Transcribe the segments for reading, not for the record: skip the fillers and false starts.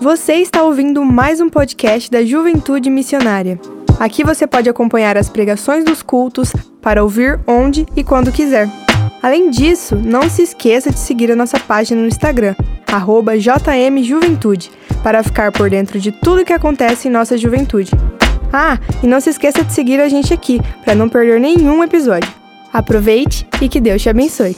Você está ouvindo mais um podcast da Juventude Missionária. Aqui você pode acompanhar as pregações dos cultos para ouvir onde e quando quiser. Além disso, não se esqueça de seguir a nossa página no Instagram, @JMJuventude, para ficar por dentro de tudo que acontece em nossa juventude. E não se esqueça de seguir a gente aqui, para não perder nenhum episódio. Aproveite e que Deus te abençoe.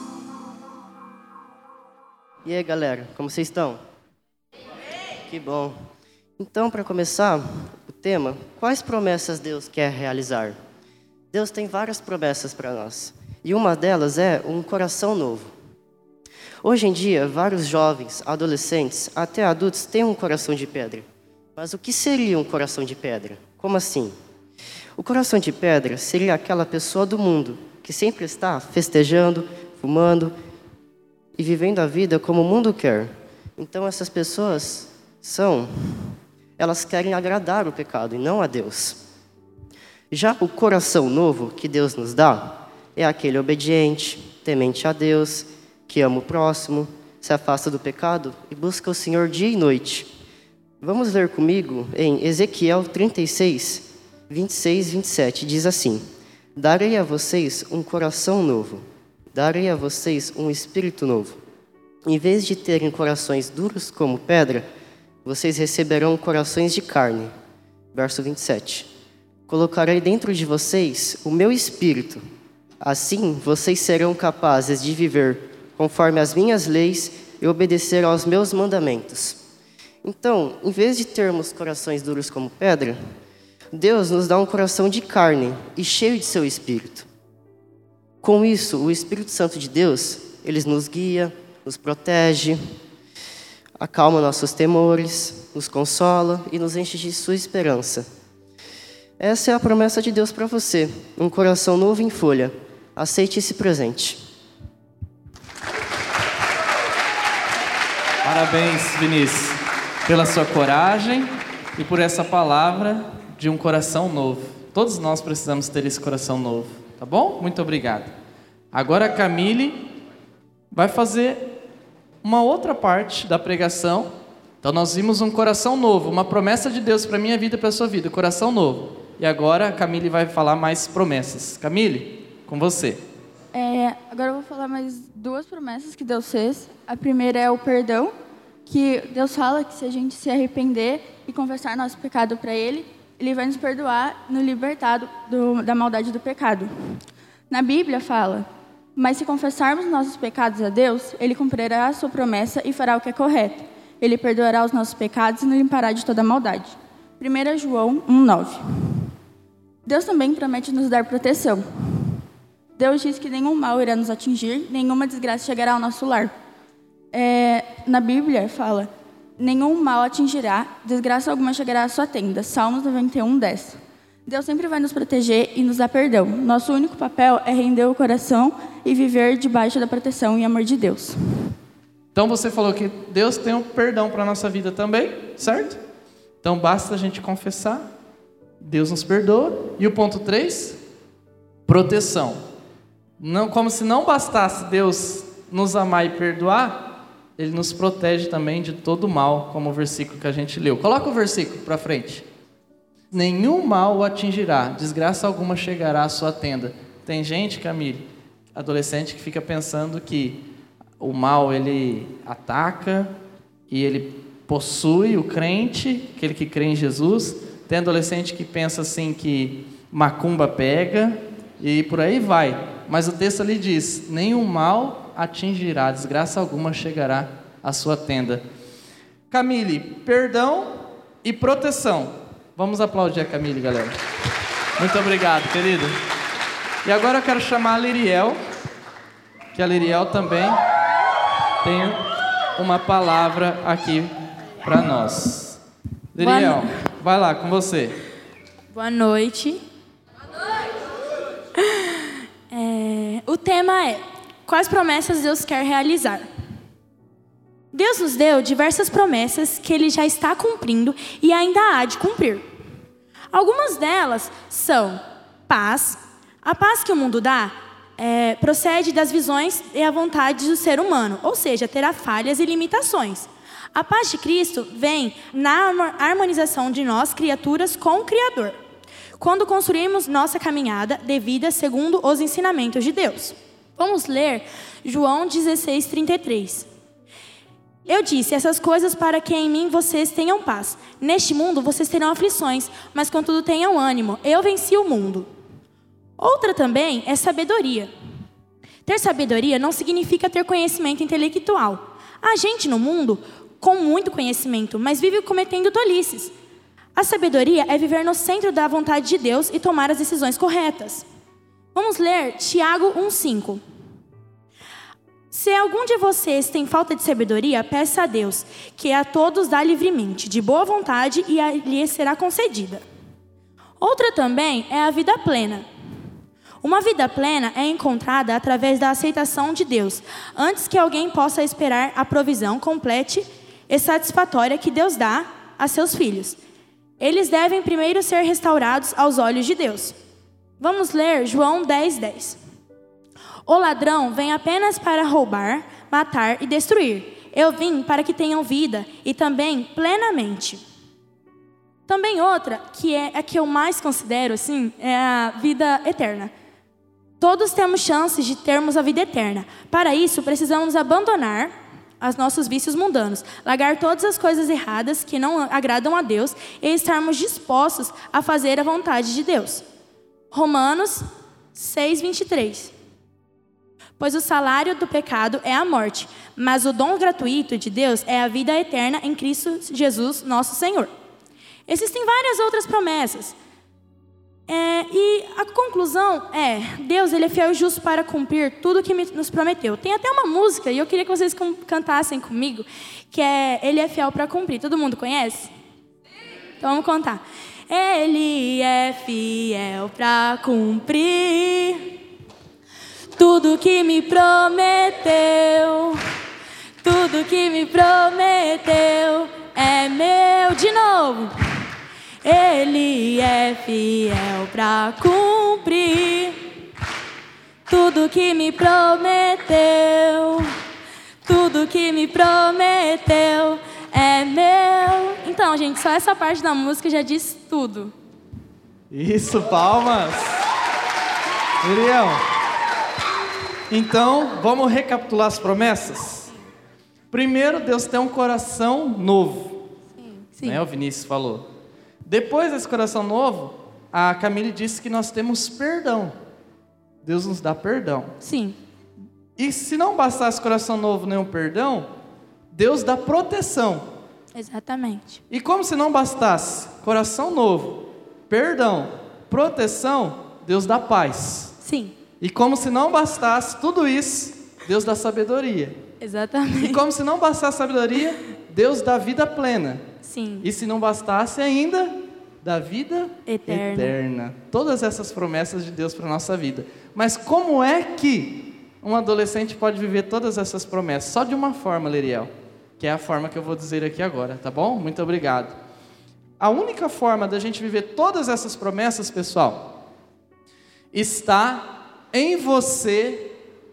E aí, galera, como vocês estão? Que bom. Então, para começar o tema, quais promessas Deus quer realizar? Deus tem várias promessas para nós. E uma delas é um coração novo. Hoje em dia, vários jovens, adolescentes, até adultos têm um coração de pedra. Mas o que seria um coração de pedra? Como assim? O coração de pedra seria aquela pessoa do mundo que sempre está festejando, fumando e vivendo a vida como o mundo quer. Então essas pessoas elas querem agradar o pecado e não a Deus. Já o coração novo que Deus nos dá é aquele obediente, temente a Deus, que ama o próximo, se afasta do pecado e busca o Senhor dia e noite. Vamos ler comigo em Ezequiel 36, 26 e 27. Diz assim: darei a vocês um coração novo, darei a vocês um espírito novo. Em vez de terem corações duros como pedra, vocês receberão corações de carne. Verso 27. Colocarei dentro de vocês o meu espírito. Assim, vocês serão capazes de viver conforme as minhas leis e obedecer aos meus mandamentos. Então, em vez de termos corações duros como pedra, Deus nos dá um coração de carne e cheio de seu espírito. Com isso, o Espírito Santo de Deus, ele nos guia, nos protege, acalma nossos temores, nos consola e nos enche de sua esperança. Essa é a promessa de Deus para você, um coração novo em folha. Aceite esse presente. Parabéns, Vinícius, pela sua coragem e por essa palavra de um coração novo. Todos nós precisamos ter esse coração novo, tá bom? Muito obrigado. Agora a Camille vai fazer uma outra parte da pregação. Então nós vimos um coração novo, uma promessa de Deus para a minha vida e para a sua vida, coração novo. E agora a Camille vai falar mais promessas. Camille, com você. Agora eu vou falar mais duas promessas que Deus fez. A primeira é o perdão, que Deus fala que se a gente se arrepender e confessar nosso pecado para Ele, Ele vai nos perdoar, nos libertar da maldade do pecado. Na Bíblia fala: mas se confessarmos nossos pecados a Deus, Ele cumprirá a sua promessa e fará o que é correto. Ele perdoará os nossos pecados e nos limpará de toda maldade. 1 João 1,9. Deus também promete nos dar proteção. Deus diz que nenhum mal irá nos atingir, nenhuma desgraça chegará ao nosso lar. Na Bíblia fala: nenhum mal atingirá, desgraça alguma chegará à sua tenda. Salmos 91, 10. Deus sempre vai nos proteger e nos dar perdão. Nosso único papel é render o coração e viver debaixo da proteção e amor de Deus. Então você falou que Deus tem um perdão para a nossa vida também, certo? Então basta a gente confessar, Deus nos perdoa. E o ponto 3, proteção. Não, como se não bastasse Deus nos amar e perdoar, Ele nos protege também de todo mal, como o versículo que a gente leu. Coloca o versículo para frente. Nenhum mal o atingirá, desgraça alguma chegará à sua tenda. Tem gente, Camille, adolescente, que fica pensando que o mal ele ataca e ele possui o crente, aquele que crê em Jesus. Tem adolescente que pensa assim que macumba pega e por aí vai. Mas o texto ali diz: nenhum mal atingirá, desgraça alguma chegará à sua tenda. Camille, perdão e proteção. Vamos aplaudir a Camille, galera. Muito obrigado, querido. E agora eu quero chamar a Liriel, que a Liriel também tem uma palavra aqui para nós. Liriel, vai lá, com você. Boa noite. O tema é: quais promessas Deus quer realizar? Deus nos deu diversas promessas que Ele já está cumprindo e ainda há de cumprir. Algumas delas são paz. A paz que o mundo dá procede das visões e a vontade do ser humano, ou seja, terá falhas e limitações. A paz de Cristo vem na harmonização de nós, criaturas, com o Criador, quando construímos nossa caminhada de vida segundo os ensinamentos de Deus. Vamos ler João 16:33. Eu disse essas coisas para que em mim vocês tenham paz. Neste mundo vocês terão aflições, mas contudo tenham ânimo. Eu venci o mundo. Outra também é sabedoria. Ter sabedoria não significa ter conhecimento intelectual. Há gente no mundo com muito conhecimento, mas vive cometendo tolices. A sabedoria é viver no centro da vontade de Deus e tomar as decisões corretas. Vamos ler Tiago 1:5. Se algum de vocês tem falta de sabedoria, peça a Deus, que a todos dá livremente, de boa vontade, e lhe será concedida. Outra também é a vida plena. Uma vida plena é encontrada através da aceitação de Deus, antes que alguém possa esperar a provisão completa e satisfatória que Deus dá a seus filhos. Eles devem primeiro ser restaurados aos olhos de Deus. Vamos ler João 10:10. O ladrão vem apenas para roubar, matar e destruir. Eu vim para que tenham vida e também plenamente. Também outra, que é a que eu mais considero assim, é a vida eterna. Todos temos chances de termos a vida eterna. Para isso, precisamos abandonar os nossos vícios mundanos, largar todas as coisas erradas que não agradam a Deus e estarmos dispostos a fazer a vontade de Deus. Romanos 6:23. Pois o salário do pecado é a morte, mas o dom gratuito de Deus é a vida eterna em Cristo Jesus, nosso Senhor. Existem várias outras promessas. E a conclusão é, Deus ele é fiel e justo para cumprir tudo que nos prometeu. Tem até uma música, e eu queria que vocês cantassem comigo, que é Ele é fiel para cumprir. Todo mundo conhece? Então vamos contar. Ele é fiel para cumprir tudo que me prometeu. Tudo que me prometeu é meu. De novo. Ele é fiel para cumprir tudo que me prometeu. Tudo que me prometeu é meu. Então, gente, só essa parte da música já diz tudo. Isso, palmas. Miriam. Então, vamos recapitular as promessas? Primeiro, Deus tem um coração novo. Sim. Né? O Vinícius falou. Depois desse coração novo, a Camille disse que nós temos perdão. Deus nos dá perdão. Sim. E se não bastasse coração novo nem o perdão, Deus dá proteção. Exatamente. E como se não bastasse coração novo, perdão, proteção, Deus dá paz. Sim. E como se não bastasse tudo isso, Deus dá sabedoria. Exatamente. E como se não bastasse sabedoria, Deus dá vida plena. Sim. E se não bastasse ainda, dá vida eterna. Todas essas promessas de Deus para a nossa vida. Mas como é que um adolescente pode viver todas essas promessas? Só de uma forma, Leriel, que é a forma que eu vou dizer aqui agora, tá bom? Muito obrigado. A única forma da gente viver todas essas promessas, pessoal, está em você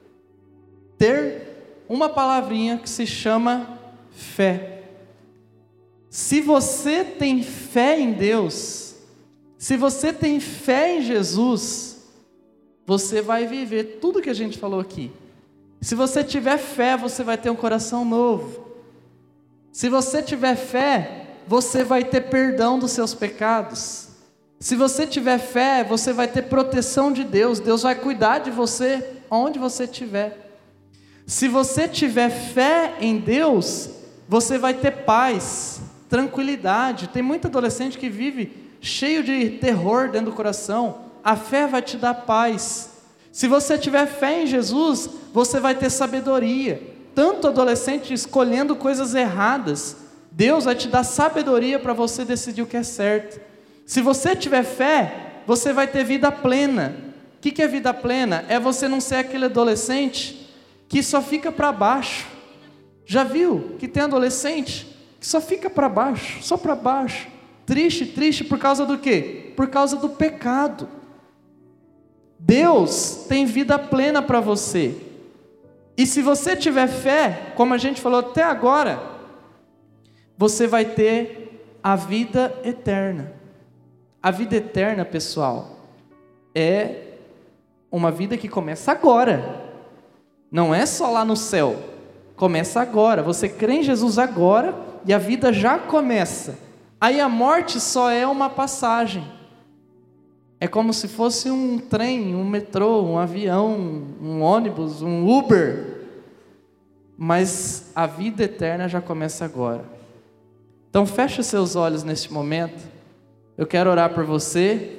ter uma palavrinha que se chama fé. Se você tem fé em Deus, se você tem fé em Jesus, você vai viver tudo que a gente falou aqui. Se você tiver fé, você vai ter um coração novo. Se você tiver fé, você vai ter perdão dos seus pecados. Se você tiver fé, você vai ter proteção de Deus. Deus vai cuidar de você onde você estiver. Se você tiver fé em Deus, você vai ter paz, tranquilidade. Tem muito adolescente que vive cheio de terror dentro do coração. A fé vai te dar paz. Se você tiver fé em Jesus, você vai ter sabedoria. Tanto adolescente escolhendo coisas erradas, Deus vai te dar sabedoria para você decidir o que é certo. Se você tiver fé, você vai ter vida plena. O que é vida plena? É você não ser aquele adolescente que só fica para baixo. Já viu que tem adolescente que só fica para baixo, só para baixo, triste por causa do quê? Por causa do pecado. Deus tem vida plena para você. E se você tiver fé, como a gente falou até agora, você vai ter a vida eterna. A vida eterna, pessoal, é uma vida que começa agora. Não é só lá no céu. Começa agora. Você crê em Jesus agora e a vida já começa. Aí a morte só é uma passagem. É como se fosse um trem, um metrô, um avião, um ônibus, um Uber. Mas a vida eterna já começa agora. Então feche os seus olhos neste momento. Eu quero orar por você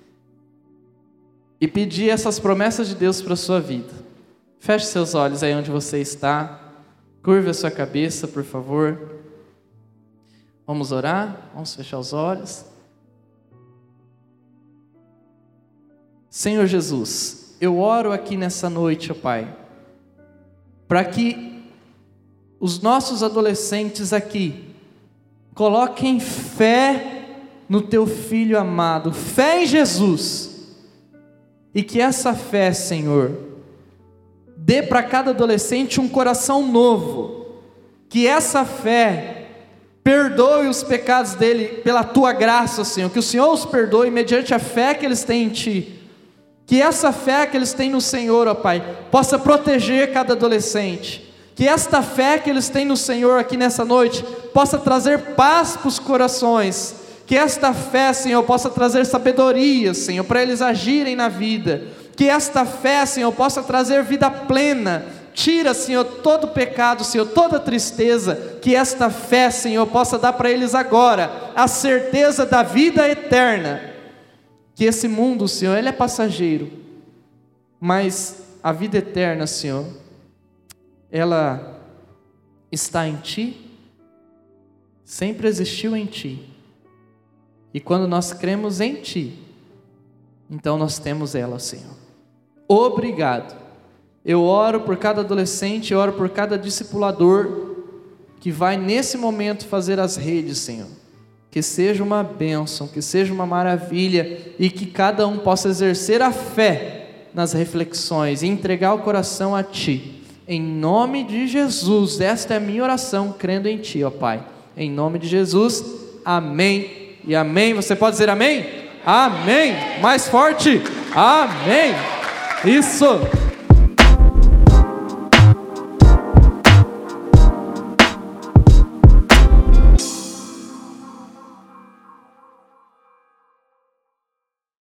e pedir essas promessas de Deus para a sua vida. Feche seus olhos aí onde você está. Curve a sua cabeça, por favor. Vamos orar? Vamos fechar os olhos. Senhor Jesus, eu oro aqui nessa noite, ó Pai, para que os nossos adolescentes aqui coloquem fé no Teu Filho amado, fé em Jesus, e que essa fé, Senhor, dê para cada adolescente um coração novo, que essa fé perdoe os pecados dele pela Tua graça, Senhor, que o Senhor os perdoe mediante a fé que eles têm em Ti. Que essa fé que eles têm no Senhor, ó Pai, possa proteger cada adolescente. Que esta fé que eles têm no Senhor aqui nessa noite possa trazer paz para os corações. Que esta fé, Senhor, possa trazer sabedoria, Senhor, para eles agirem na vida. Que esta fé, Senhor, possa trazer vida plena. Tira, Senhor, todo pecado, Senhor, toda tristeza. Que esta fé, Senhor, possa dar para eles agora a certeza da vida eterna. Que esse mundo, Senhor, ele é passageiro, mas a vida eterna, Senhor, ela está em Ti, sempre existiu em Ti, e quando nós cremos em Ti, então nós temos ela, Senhor. Obrigado. Eu oro por cada adolescente, eu oro por cada discipulador que vai nesse momento fazer as redes, Senhor. Que seja uma bênção, que seja uma maravilha e que cada um possa exercer a fé nas reflexões e entregar o coração a Ti. Em nome de Jesus, esta é a minha oração, crendo em Ti, ó Pai. Em nome de Jesus, amém e amém. Você pode dizer amém? Amém. Mais forte. Amém. Isso.